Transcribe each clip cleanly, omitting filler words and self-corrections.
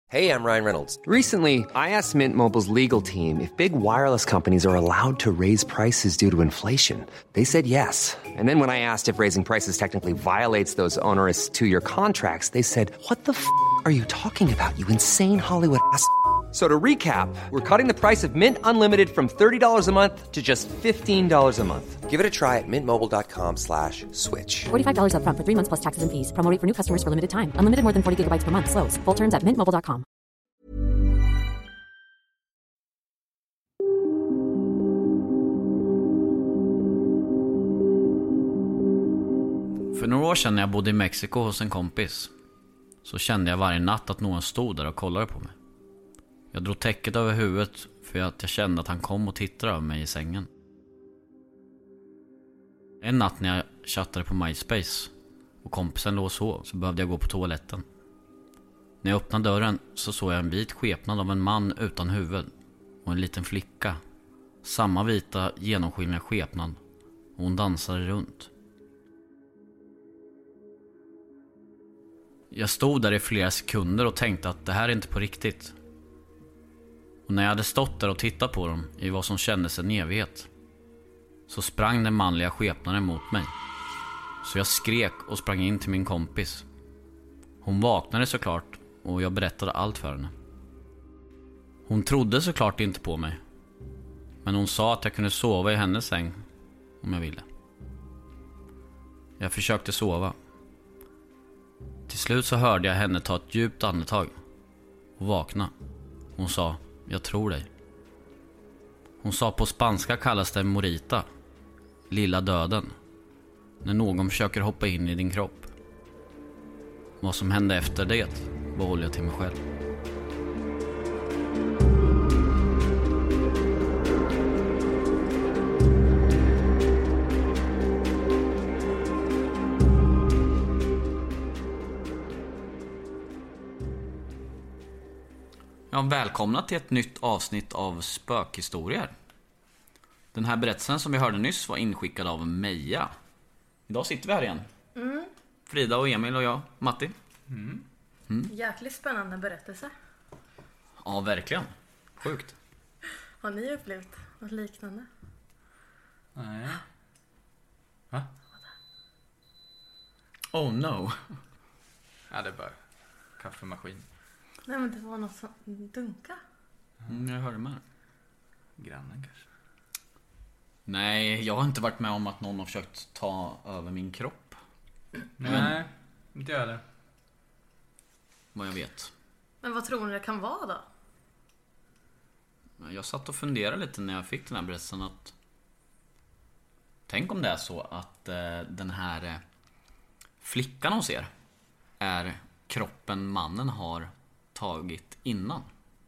Hey, I'm Ryan Reynolds. Recently, I asked Mint Mobile's legal team if big wireless companies are allowed to raise prices due to inflation. They said yes. And then when I asked if raising prices technically violates those onerous two-year contracts, they said, "What the are you talking about, you insane Hollywood ass?" So to recap, we're cutting the price of Mint Unlimited from $30 a month to just $15 a month. Give it a try at mintmobile.com/switch. $45 up front for 3 months plus taxes and fees. Promo rate for new customers for limited time. Unlimited more than 40 gigabytes per month. Slows full terms at mintmobile.com. För några år sedan när jag bodde i Mexiko hos en kompis så kände jag varje natt att någon stod där och kollade på mig. Jag drog täcket över huvudet för att jag kände att han kom och tittade över mig i sängen. En natt när jag chattade på MySpace och kompisen låg och sov så behövde jag gå på toaletten. När jag öppnade dörren så såg jag en vit skepnad av en man utan huvud och en liten flicka. Samma vita genomskinliga skepnad och hon dansade runt. Jag stod där i flera sekunder och tänkte att det här är inte på riktigt. Och när jag hade stått där och tittat på dem i vad som kändes en evighet så sprang den manliga skepnaden mot mig. Så jag skrek och sprang in till min kompis. Hon vaknade såklart och jag berättade allt för henne. Hon trodde såklart inte på mig. Men hon sa att jag kunde sova i hennes säng om jag ville. Jag försökte sova. Till slut så hörde jag henne ta ett djupt andetag och vakna. Hon sa, jag tror dig. Hon sa på spanska kallas det morita, lilla döden. När någon försöker hoppa in i din kropp. Vad som hände efter det behåller jag till mig själv. Ja, välkomna till ett nytt avsnitt av Spökhistorier. Den här berättelsen som vi hörde nyss var inskickad av Meja. Idag sitter vi här igen. Frida och Emil och jag, Matti. Jäkligt spännande berättelse. Ja, verkligen. Sjukt. Har ni upplevt något liknande? Nej. Va? Oh no. Ja, det är bara kaffemaskin. Nej, men det var något som dunka. Jag hörde med. Grannen kanske. Nej, jag har inte varit med om att någon har försökt ta över min kropp. Nej, inte jag det. Vad jag vet. Men vad tror ni det kan vara då? Jag satt och funderade lite när jag fick den här berättelsen att tänk om det är så att den här flickan hon ser är kroppen mannen har tagit innan.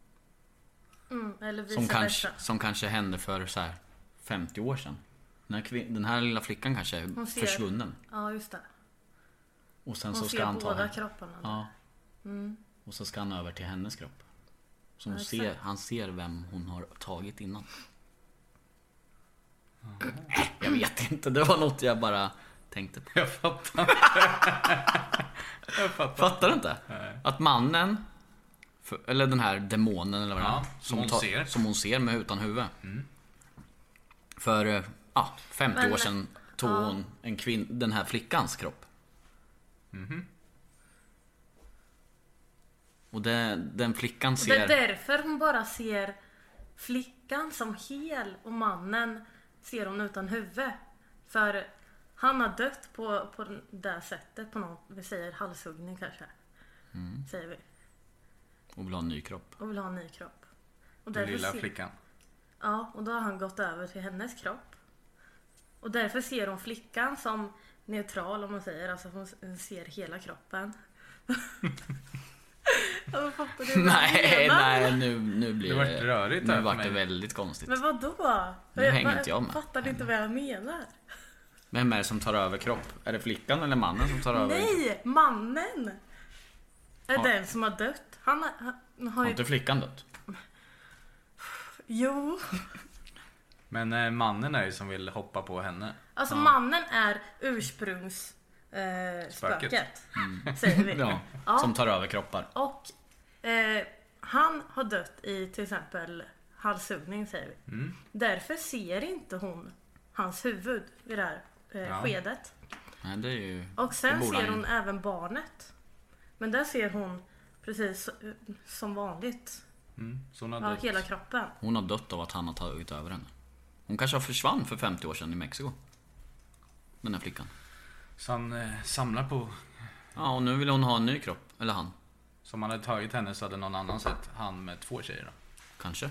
Eller vice versa. Som kanske hände för så här 50 år sedan. Den här lilla flickan kanske är försvunnen. Ja, just det. Och sen hon så ska ser han ta båda henne. kropparna. Ja. Och så ska han över till hennes kropp. Så han ser vem hon har tagit innan. Jag vet inte, det var något jag bara tänkte på. Jag fattar. Fattar du inte? Nej. Att mannen eller den här demonen eller vad det är, som hon ser med utan huvud. För 50 år sedan tog hon den här flickans kropp. Och den flickan ser. Det är därför hon bara ser flickan som hel och mannen ser hon utan huvud. För han har dött på det sättet, på något, vi säger halshuggning kanske. Säger vi. Och vill ha en ny kropp. Och Den lilla flickan. Ja, och då har han gått över till hennes kropp. Och därför ser hon flickan som neutral, om man säger. Alltså hon ser hela kroppen. Nej, nu blir det var rörigt. Nu vart det väldigt konstigt. Men vadå? Nu hänger inte jag med. Fattar inte vad jag menar. Vem är det som tar över kropp? Är det flickan eller mannen som tar över? Nej, mannen är den som har dött. Han har inte flickan dött? Jo. Men mannen är ju som vill hoppa på henne. Alltså mannen är ursprungs spöket. Säger vi. Ja, som tar över kroppar. Och han har dött i till exempel halshuggning, säger vi. Därför ser inte hon hans huvud i det här skedet. Nej, det är ju... Och sen ser hon även barnet. Men där ser hon precis som vanligt. Så hon har dött. Hela kroppen. Hon har dött av att han har tagit över henne. Hon kanske har försvann för 50 år sedan i Mexiko. Den här flickan. Så han samlar på... Ja, och nu vill hon ha en ny kropp. Eller han. Som han hade tagit henne så hade någon annan sett han med 2 tjejer då. Kanske.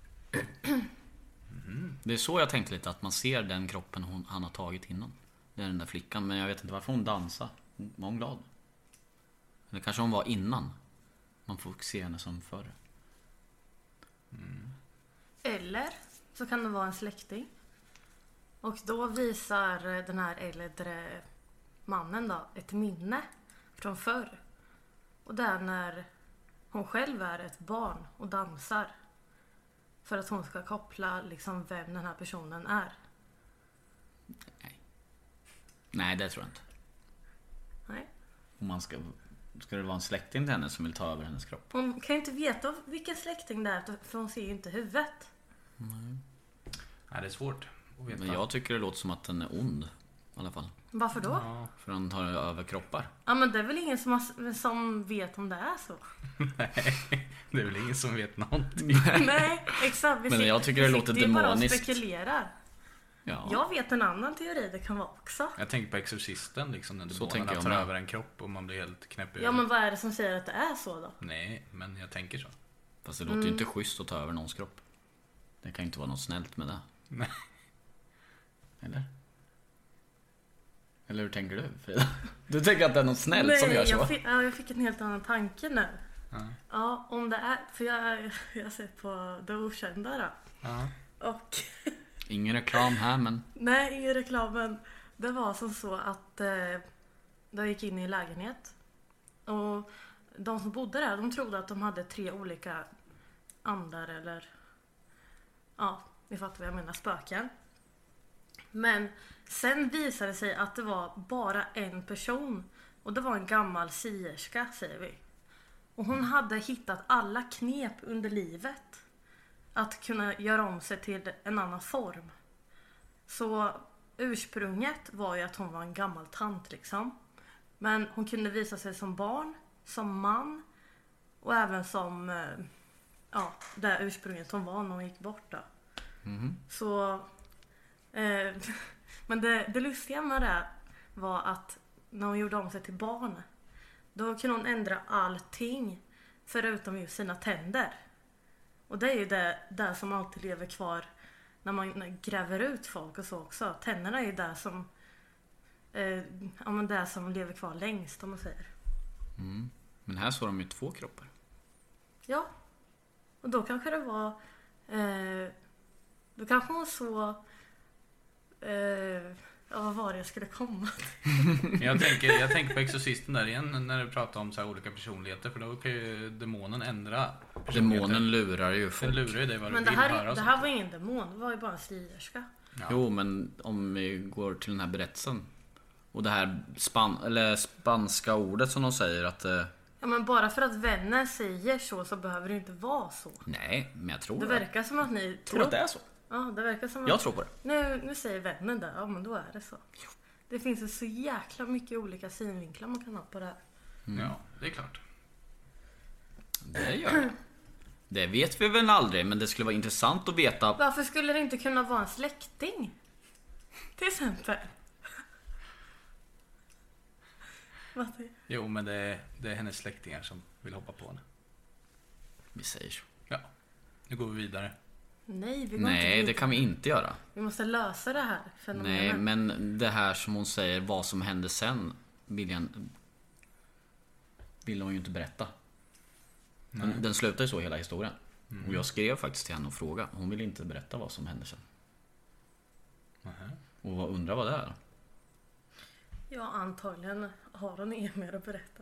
Det är så jag tänkte lite, att man ser den kroppen han har tagit innan. Det är den där flickan, men jag vet inte varför hon dansar. Var hon glad? Eller kanske hon var innan. Man får se henne som förr. Eller så kan det vara en släkting. Och då visar den här äldre mannen då ett minne från förr. Och det är när hon själv är ett barn och dansar. För att hon ska koppla liksom vem den här personen är. Nej, det tror jag inte. Nej. Om man ska det vara en släkting till henne som vill ta över hennes kropp? Hon kan ju inte veta vilken släkting det är, för hon ser ju inte huvudet. Nej, det är svårt att veta. Men jag tycker det låter som att den är ond. I alla fall. Varför då? Ja. För han tar över kroppar. Ja, men det är väl ingen som vet om det är så. Nej, det är väl ingen som vet någonting. Nej, exakt. Men jag tycker det låter demoniskt. Bara spekulerar. Ja. Jag vet en annan teori det kan vara också. Jag tänker på Exorcisten liksom, när Så tänker demonerna jag tar med. över en kropp och man blir helt knäpp i Ja, men vad är det som säger att det är så då? Nej, men jag tänker så. Fast det låter ju inte schysst att ta över någons kropp. Det kan ju inte vara något snällt med det. Nej. Eller? Eller hur tänker du, Frida? Du tänker att det är något snällt som gör så? Jag fick en helt annan tanke nu. Ja, om det är... För jag ser på Det Okända då. Ja. Och... Ingen reklam här, men... Nej, ingen reklamen. Det var som så att de gick in i lägenhet. Och de som bodde där, de trodde att de hade 3 olika andar eller... Ja, ni fattar vad jag menar, spöken. Men sen visade det sig att det var bara en person. Och det var en gammal sierska, säger vi. Och hon hade hittat alla knep under livet. Att kunna göra om sig till en annan form. Så ursprunget var ju att hon var en gammal tant liksom. Men hon kunde visa sig som barn, som man. Och även som det ursprunget hon var när hon gick bort då. Så... men det lustiga med det var att när hon gjorde om sig till barn, då kunde hon ändra allting förutom just sina tänder. Och det är ju det som alltid lever kvar när man gräver ut folk och så också. Tänderna är ju det som lever kvar längst, om man säger. Men här såg de ju 2 kroppar. Ja. Och då kanske det var... då kanske hon så... vad var det jag skulle komma till? Jag tänker på Exorcisten där igen när du pratar om så här olika personligheter. För då kan ju demonen ändra personligheter. Demonen lurar ju Den folk. lurar ju dig vad du Men vill höra. det här var ingen demon, det var ju bara en sierska. Ja. Jo, men om vi går till den här berättelsen. Och det här spanska ordet som de säger att... Ja, men bara för att vänner säger så behöver det inte vara så. Nej, men jag tror Det verkar som att ni tror att det är så. Ja, det verkar som att... Jag tror på det. Nu säger vännen där, ja men då är det så. Det finns ju så jäkla mycket olika synvinklar man kan ha på det här. Ja, det är klart. Det gör det. Det vet vi väl aldrig, men det skulle vara intressant att veta. Varför skulle det inte kunna vara en släkting? Till exempel. Jo, men det är hennes släktingar som vill hoppa på henne. Vi säger så. Ja, nu går vi vidare. Nej, vi går Nej, inte det vidare. kan vi inte göra. Vi måste lösa det här fenomenet. Nej, men det här som hon säger, vad som hände sen, vill hon ju inte berätta. Den slutar ju så, hela historien. Och jag skrev faktiskt till henne och frågade. Hon ville inte berätta vad som hände sen. Och undrar vad det är. Ja, antagligen har hon inget mer att berätta.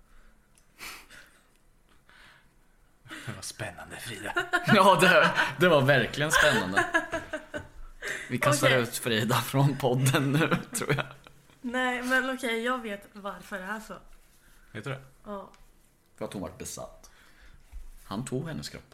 Det var spännande, Frida. Ja, det var verkligen spännande. Vi kastar Okej. ut Frida från podden nu, tror jag. Nej, men okej, jag vet varför det är så. Vet du det? Ja. För att hon var besatt. Han tog hennes kropp.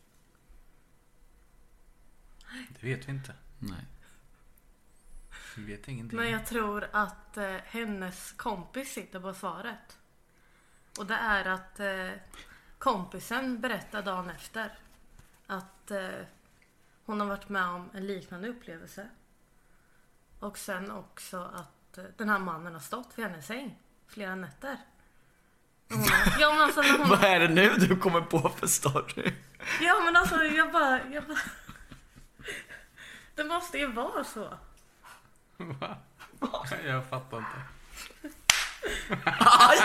Det vet vi inte. Nej. Vi vet ingenting. Men jag tror att hennes kompis sitter på svaret. Och det är att kompisen berättar dagen efter att hon har varit med om en liknande upplevelse. Och sen också att den här mannen har stått vid hennes säng flera nätter. Ja, men alltså, när hon... Vad är det nu du kommer på för story? Ja, men alltså jag bara... Det måste ju vara så. Va? Jag fattar inte. Aj!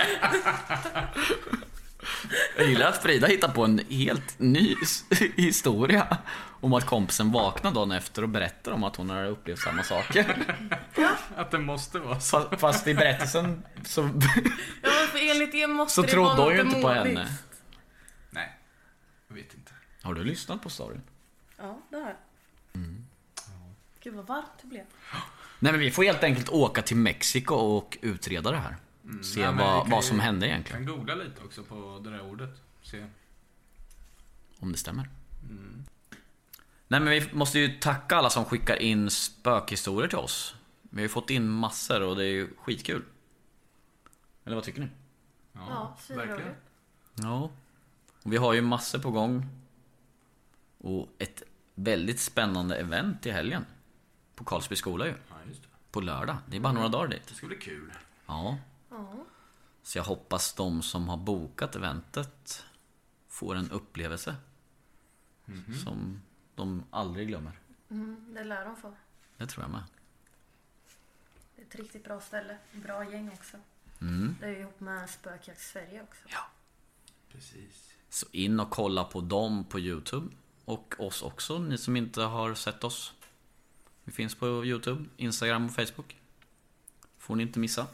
Jag gillar att Frida hittar på en helt ny historia om att kompisen vaknade dagen efter och berättar om att hon har upplevt samma saker. Att det måste vara så. Fast i berättelsen så, Ja, men för enligt det måste så det trodde vara hon ju något inte på demoniskt. henne. Nej, jag vet inte. Har du lyssnat på storyn? Ja, det har jag. Gud vad varmt det blev. Nej, men vi får helt enkelt åka till Mexiko och utreda det här. Se Nej, men vi kan vad som ju- hände Jag egentligen. kan googla lite också på det där ordet. Se. Om det stämmer. Nej, men vi måste ju tacka alla som skickar in spökhistorier till oss. Vi har ju fått in massor och det är ju skitkul. Eller vad tycker ni? Ja, verkligen. svinroligt. Ja. Och vi har ju massor på gång. Och ett väldigt spännande event i helgen. På Karlsby skola ju. Ja, just det. På lördag. Det är bara några dagar Det dit. ska bli kul. Ja. Så jag hoppas de som har bokat eventet får en upplevelse som de aldrig glömmer. Det lär de få. Det tror jag med. Det är ett riktigt bra ställe. Bra gäng också. Det är ju ihop med Spökjakt Sverige också. Ja. Precis. Så in och kolla på dem på YouTube. Och oss också, ni som inte har sett oss. Vi finns på YouTube, Instagram och Facebook. Får ni inte missa.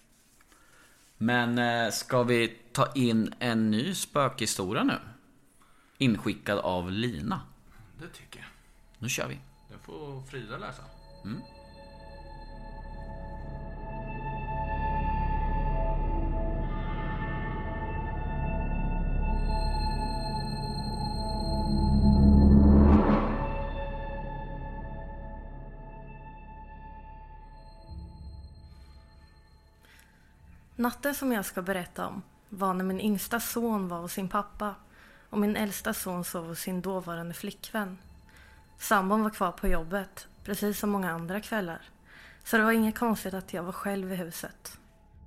Men ska vi ta in en ny spökhistoria nu? Inskickad av Lina. Det tycker jag. Nu kör vi. Det får Frida läsa. Natten som jag ska berätta om var när min yngsta son var hos sin pappa och min äldsta son sov hos sin dåvarande flickvän. Sambon var kvar på jobbet, precis som många andra kvällar. Så det var inget konstigt att jag var själv i huset.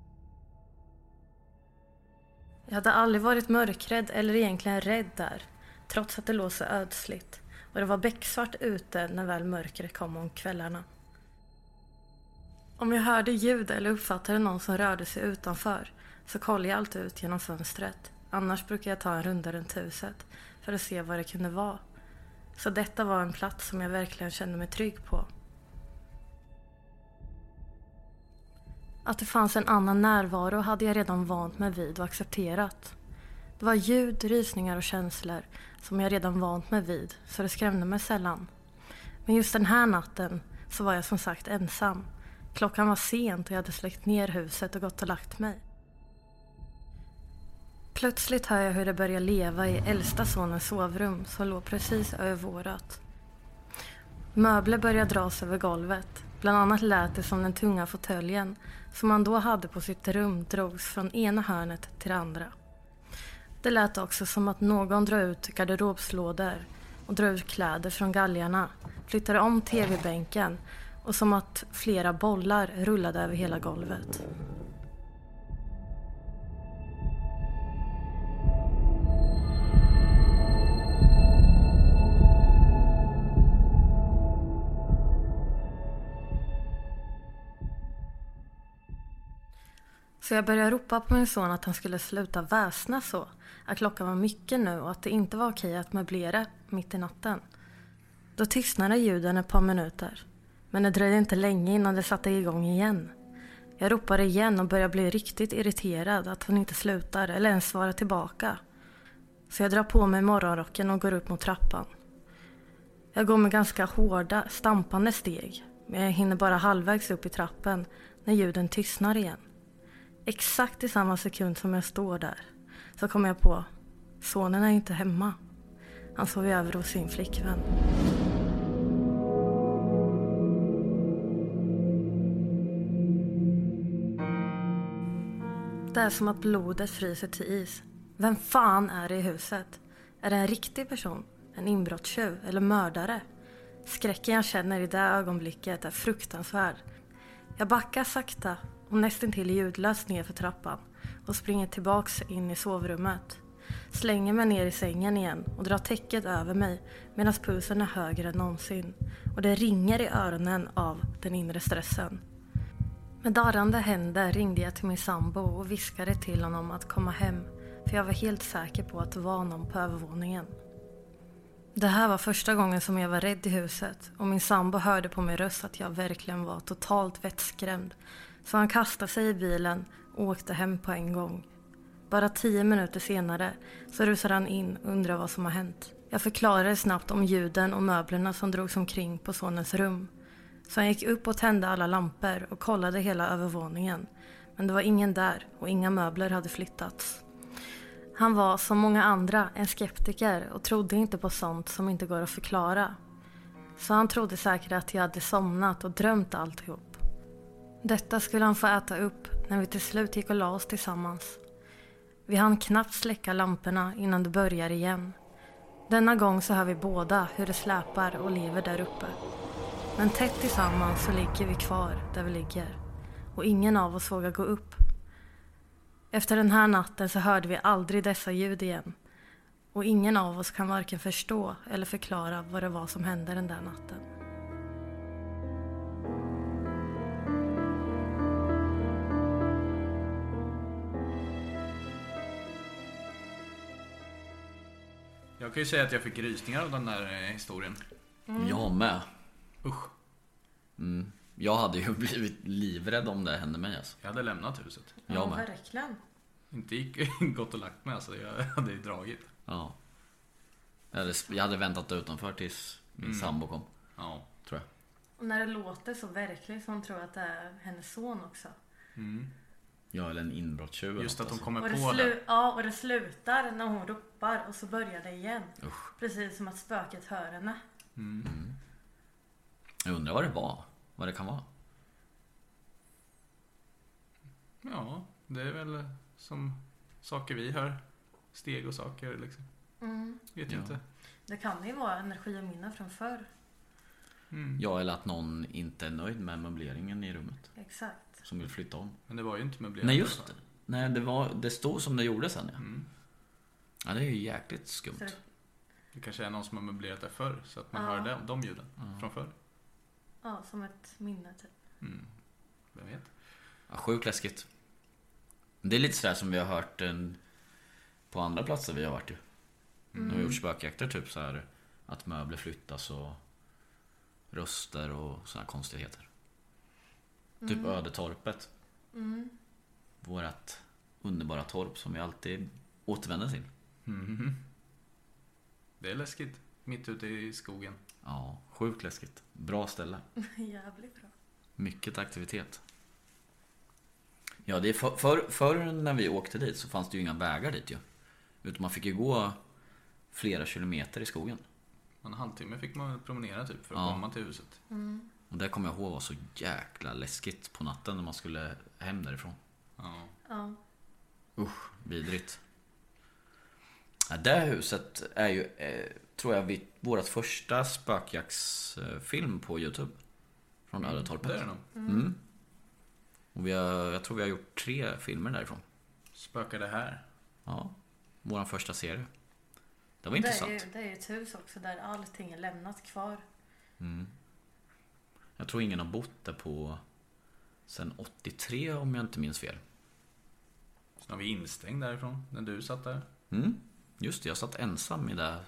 Jag hade aldrig varit mörkrädd eller egentligen rädd där, trots att det låg så ödsligt. Och det var becksvart ute när väl mörkret kom om kvällarna. Om jag hörde ljud eller uppfattade någon som rörde sig utanför så kollade jag alltid ut genom fönstret. Annars brukar jag ta en runda runt huset för att se vad det kunde vara. Så detta var en plats som jag verkligen kände mig trygg på. Att det fanns en annan närvaro hade jag redan vant mig vid och accepterat. Det var ljud, rysningar och känslor som jag redan vant mig vid, så det skrämde mig sällan. Men just den här natten så var jag som sagt ensam. Klockan var sent och jag hade släckt ner huset och gått och lagt mig. Plötsligt hör jag hur det börjar leva i äldsta sonens sovrum som låg precis över vårat. Möbler börjar dras över golvet. Bland annat lät det som den tunga fåtöljen som han då hade på sitt rum drogs från ena hörnet till det andra. Det lät också som att någon drog ut garderobslådor och drog ut kläder från galgarna, flyttade om tv-bänken och som att flera bollar rullade över hela golvet. Så jag började ropa på min son att han skulle sluta väsna så. Att klockan var mycket nu och att det inte var okej att möblera mitt i natten. Då tystnade ljuden ett par minuter. Men det dröjde inte länge innan det satte igång igen. Jag ropade igen och började bli riktigt irriterad att hon inte slutar eller ens svarar tillbaka. Så jag drar på mig morgonrocken och går upp mot trappan. Jag går med ganska hårda, stampande steg. Men jag hinner bara halvvägs upp i trappen när ljuden tystnar igen. Exakt i samma sekund som jag står där så kommer jag på, Sonen är inte hemma. Han sov över hos sin flickvän. Det är som att blodet fryser till is. Vem fan är det i huset? Är det en riktig person? En inbrottstjuv eller mördare? Skräcken jag känner i det ögonblicket är fruktansvärd. Jag backar sakta och nästintill ljudlöst ner för trappan och springer tillbaks in i sovrummet. Slänger mig ner i sängen igen och drar täcket över mig medan pulsen är högre än någonsin. Och det ringer i öronen av den inre stressen. Med darrande händer ringde jag till min sambo och viskade till honom att komma hem. För jag var helt säker på att det var någon på övervåningen. Det här var första gången som jag var rädd i huset. Och min sambo hörde på min röst att jag verkligen var totalt vettskrämd. Så han kastade sig i bilen och åkte hem på en gång. Bara 10 minuter senare så rusade han in och undrade vad som har hänt. Jag förklarade snabbt om ljuden och möblerna som drogs omkring på sonens rum. Så han gick upp och tände alla lampor och kollade hela övervåningen. Men det var ingen där och inga möbler hade flyttats. Han var som många andra en skeptiker och trodde inte på sånt som inte går att förklara. Så han trodde säkert att jag hade somnat och drömt alltihop. Detta skulle han få äta upp när vi till slut gick och la oss tillsammans. Vi hann knappt släcka lamporna innan det börjar igen. Denna gång så hör vi båda hur det släpar och lever där uppe. Men tätt tillsammans så ligger vi kvar där vi ligger. Och ingen av oss vågar gå upp. Efter den här natten så hörde vi aldrig dessa ljud igen. Och ingen av oss kan varken förstå eller förklara vad det var som hände den där natten. Jag kan ju säga att jag fick rysningar av den där historien. Jag med. Usch. Jag hade ju blivit livrädd om det hände mig alltså. Jag hade lämnat huset. Jag med. Verkligen. Inte gick gått och lagt mig alltså. Jag hade ju dragit. Ja. Jag hade väntat utanför tills min sambo kom. Ja. Tror jag. Och när det låter så verkligt som hon tror att det är hennes son också. Ja, eller en inbrottstjuv. Just att de alltså. kommer Och på det. Ja, och det slutar när hon ropar och så börjar det igen. Usch. Precis som att spöket hör henne. Jag undrar vad det var. Vad det kan vara. Ja, det är väl som saker vi hör. Steg och saker liksom. Vet jag inte. Det kan ju vara energi och minne från förr. Ja, eller att någon inte är nöjd med möbleringen i rummet. Exakt. Som vill flytta om. Men det var ju inte möblerat. Nej, just det. Nej, det stod som det gjorde sen, ja. Ja, det är ju jäkligt skumt. Så Det kanske är någon som har möblerat det förr. Så att man hör de ljuden från förr. ja, som ett minne typ. Vem vet? Ja, sjukt läskigt. Det är lite sådär som vi har hört på andra platser vi har varit ju. De har gjort spökjakter typ så här att möbler flyttas och röster och sådana konstigheter. Typ Ödetorpet. Vårat underbara torp som vi alltid återvänder till. Det är läskigt. Mitt ute i skogen. Ja, sjukt läskigt. Bra ställe. Jävligt bra. Mycket aktivitet. Ja, det är förr när vi åkte dit så fanns det ju inga vägar dit ju. Utan man fick ju gå flera kilometer i skogen. En halvtimme fick man promenera typ för att komma till huset. Och det kommer jag ihåg var så jäkla läskigt på natten när man skulle hem därifrån. Ja. Usch, vidrigt. Ja, det här huset är ju, tror jag, vårt första spökjaktsfilm på YouTube. Från Ödetorpet. Det är det nog. Och jag tror vi har gjort 3 filmer därifrån. Spökar det här? Ja, vår första serie. Det var intressant. Det är ju ett hus också där allting är lämnat kvar. Jag tror ingen har bott där på sen 83 om jag inte minns fel. Så har vi instängd därifrån när du satt där. Just det, jag satt ensam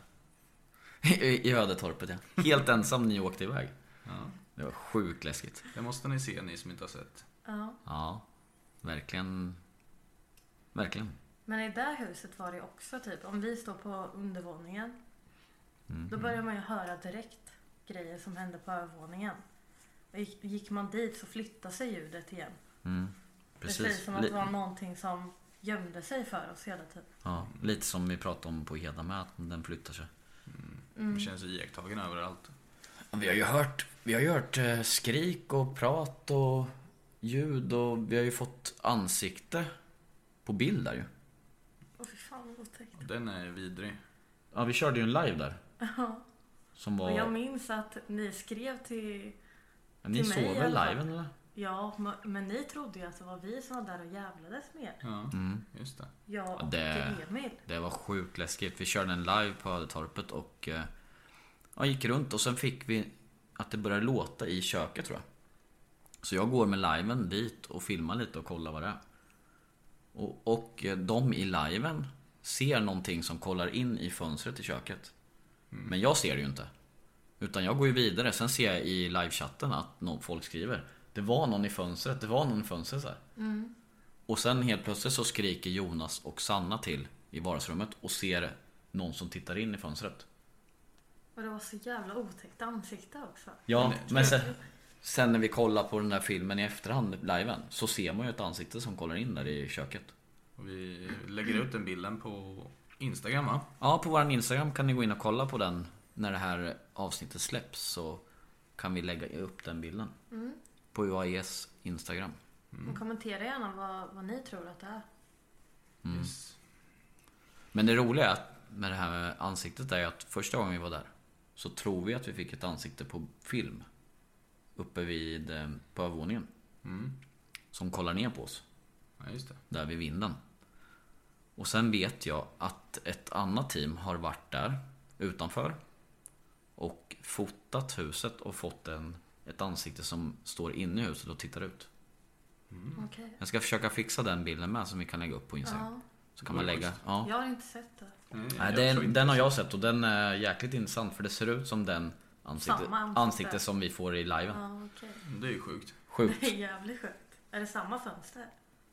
i Ödetorpet, ja. Helt ensam när ni åkte iväg. Det var sjukt läskigt. Det måste ni se, ni som inte har sett. Ja, verkligen. Verkligen. Men i det huset var det också typ, om vi står på undervåningen, då börjar man ju höra direkt grejer som hände på övervåningen. Och gick man dit så flyttade sig ljudet igen. Precis. Precis som att det var någonting som gömde sig för oss hela tiden. Ja, lite som vi pratade om på Eda med, att den flyttar sig. Det känns iakttagen överallt. Vi har ju hört skrik och prat och ljud, och vi har ju fått ansikte på bild där ju. Åh fy fan vad otäckt. Och den är vidrig. Ja, vi körde ju en live där. Ja. Som var... Och jag minns att ni skrev till Ni till såg mig i väl alla fall. liven eller? Ja, men ni trodde ju att det var vi som var där och jävlades med er. Ja, just det. Jag och det- Emil. Det var sjukt läskigt. Vi körde en live på Ödetorpet och gick runt, och sen fick vi att det började låta i köket, tror jag. Så jag går med liven dit och filmar lite och kollar vad det är. Och de i liven ser någonting som kollar in i fönstret i köket. Men jag ser det ju inte. Utan jag går ju vidare. Sen ser jag i livechatten att folk skriver: det var någon i fönstret, så här. Och sen helt plötsligt så skriker Jonas och Sanna till i vardagsrummet och ser någon som tittar in i fönstret. Och det var så jävla otäckt ansikte också. Ja, men sen när vi kollar på den där filmen i efterhand, liven, så ser man ju ett ansikte som kollar in där i köket. Och vi lägger ut den bilden på Instagram, va? Ja, på våran Instagram kan ni gå in och kolla på den. När det här avsnittet släpps så kan vi lägga upp den bilden på UAEs Instagram. Och kommentera gärna vad ni tror att det är. Yes. Men det roliga är att med det här ansiktet är att första gången vi var där så tror vi att vi fick ett ansikte på film uppe vid på övervåningen som kollar ner på oss. Ja, just det. Där vid vinden. Och sen vet jag att ett annat team har varit där utanför och fotat huset och fått ett ansikte som står inne i huset och tittar ut. Okej. Jag ska försöka fixa den bilden med som vi kan lägga upp på Instagram. Ja. Så kan man lägga... Ja. Jag har inte sett det. Nej, den har jag sett och den är jäkligt intressant, för det ser ut som den Samma ansikte som vi får i liven. Ja, okej. Det är ju sjukt. Sjukt. Det är jävligt sjukt. Är det samma fönster?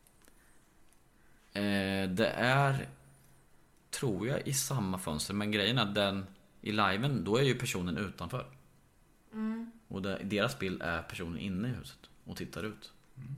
Det är, tror jag, i samma fönster. Men grejen är att den i liven, då är ju personen utanför. Och deras bild är personen inne i huset och tittar ut.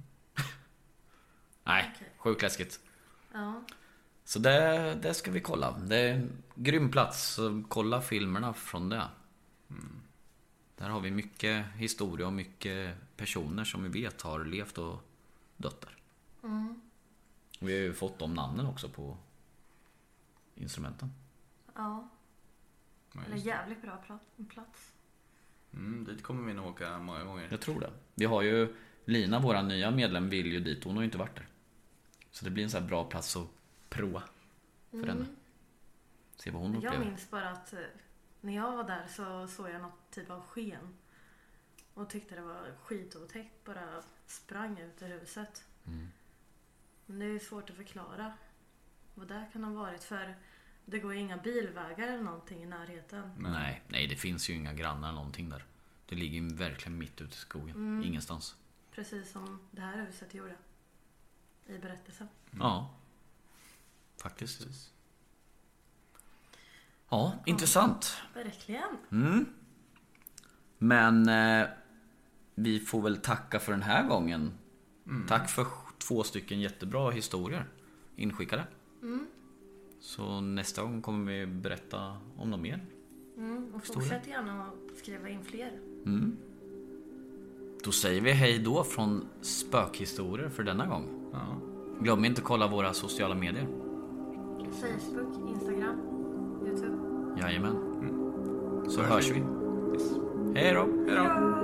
Nej, Okej. sjukt läskigt. Ja. Så det ska vi kolla. Det är en grym plats, så kolla filmerna från det. Där har vi mycket historia och mycket personer som vi vet har levt och dött där. Vi har ju fått de namnen också på instrumenten. Ja. Ja, Eller just det. jävligt bra plats. Dit kommer vi nog åka många gånger. Jag tror det. Vi har ju Lina, våra nya medlem, vill ju dit. Hon har ju inte varit där. Så det blir en så här bra plats att prova för henne. Se vad hon Jag upplever. minns bara att när jag var där så såg jag något typ av sken. Och tyckte det var skitotäckt. Bara sprang ut ur huset. Men det är svårt att förklara vad det kan ha varit. För det går ju inga bilvägar eller någonting i närheten. Nej, det finns ju inga grannar eller någonting där. Det ligger ju verkligen mitt ute i skogen. Ingenstans. Precis som det här huset gjorde. I berättelsen. Ja. Faktiskt. Ja, intressant. Verkligen. Men vi får väl tacka för den här gången. Tack för 2 stycken jättebra historier inskickade. Så nästa gång kommer vi berätta om något mer. Och fortsätt gärna att skriva in fler. Då säger vi hej då från Spökhistorier för denna gång. Ja. Glöm inte att kolla våra sociala medier. Facebook, Instagram, YouTube. Jajamän. Så hörs vi. Hej då. Hej då.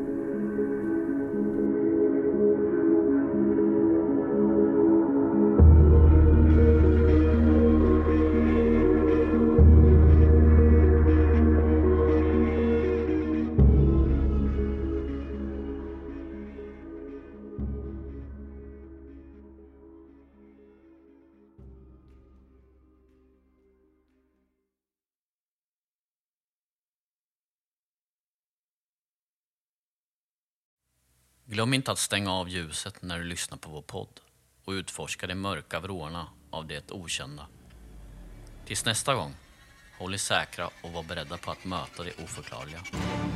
Glöm inte att stänga av ljuset när du lyssnar på vår podd och utforska de mörka vrårna av det okända. Tills nästa gång, håll er säkra och var beredda på att möta det oförklarliga.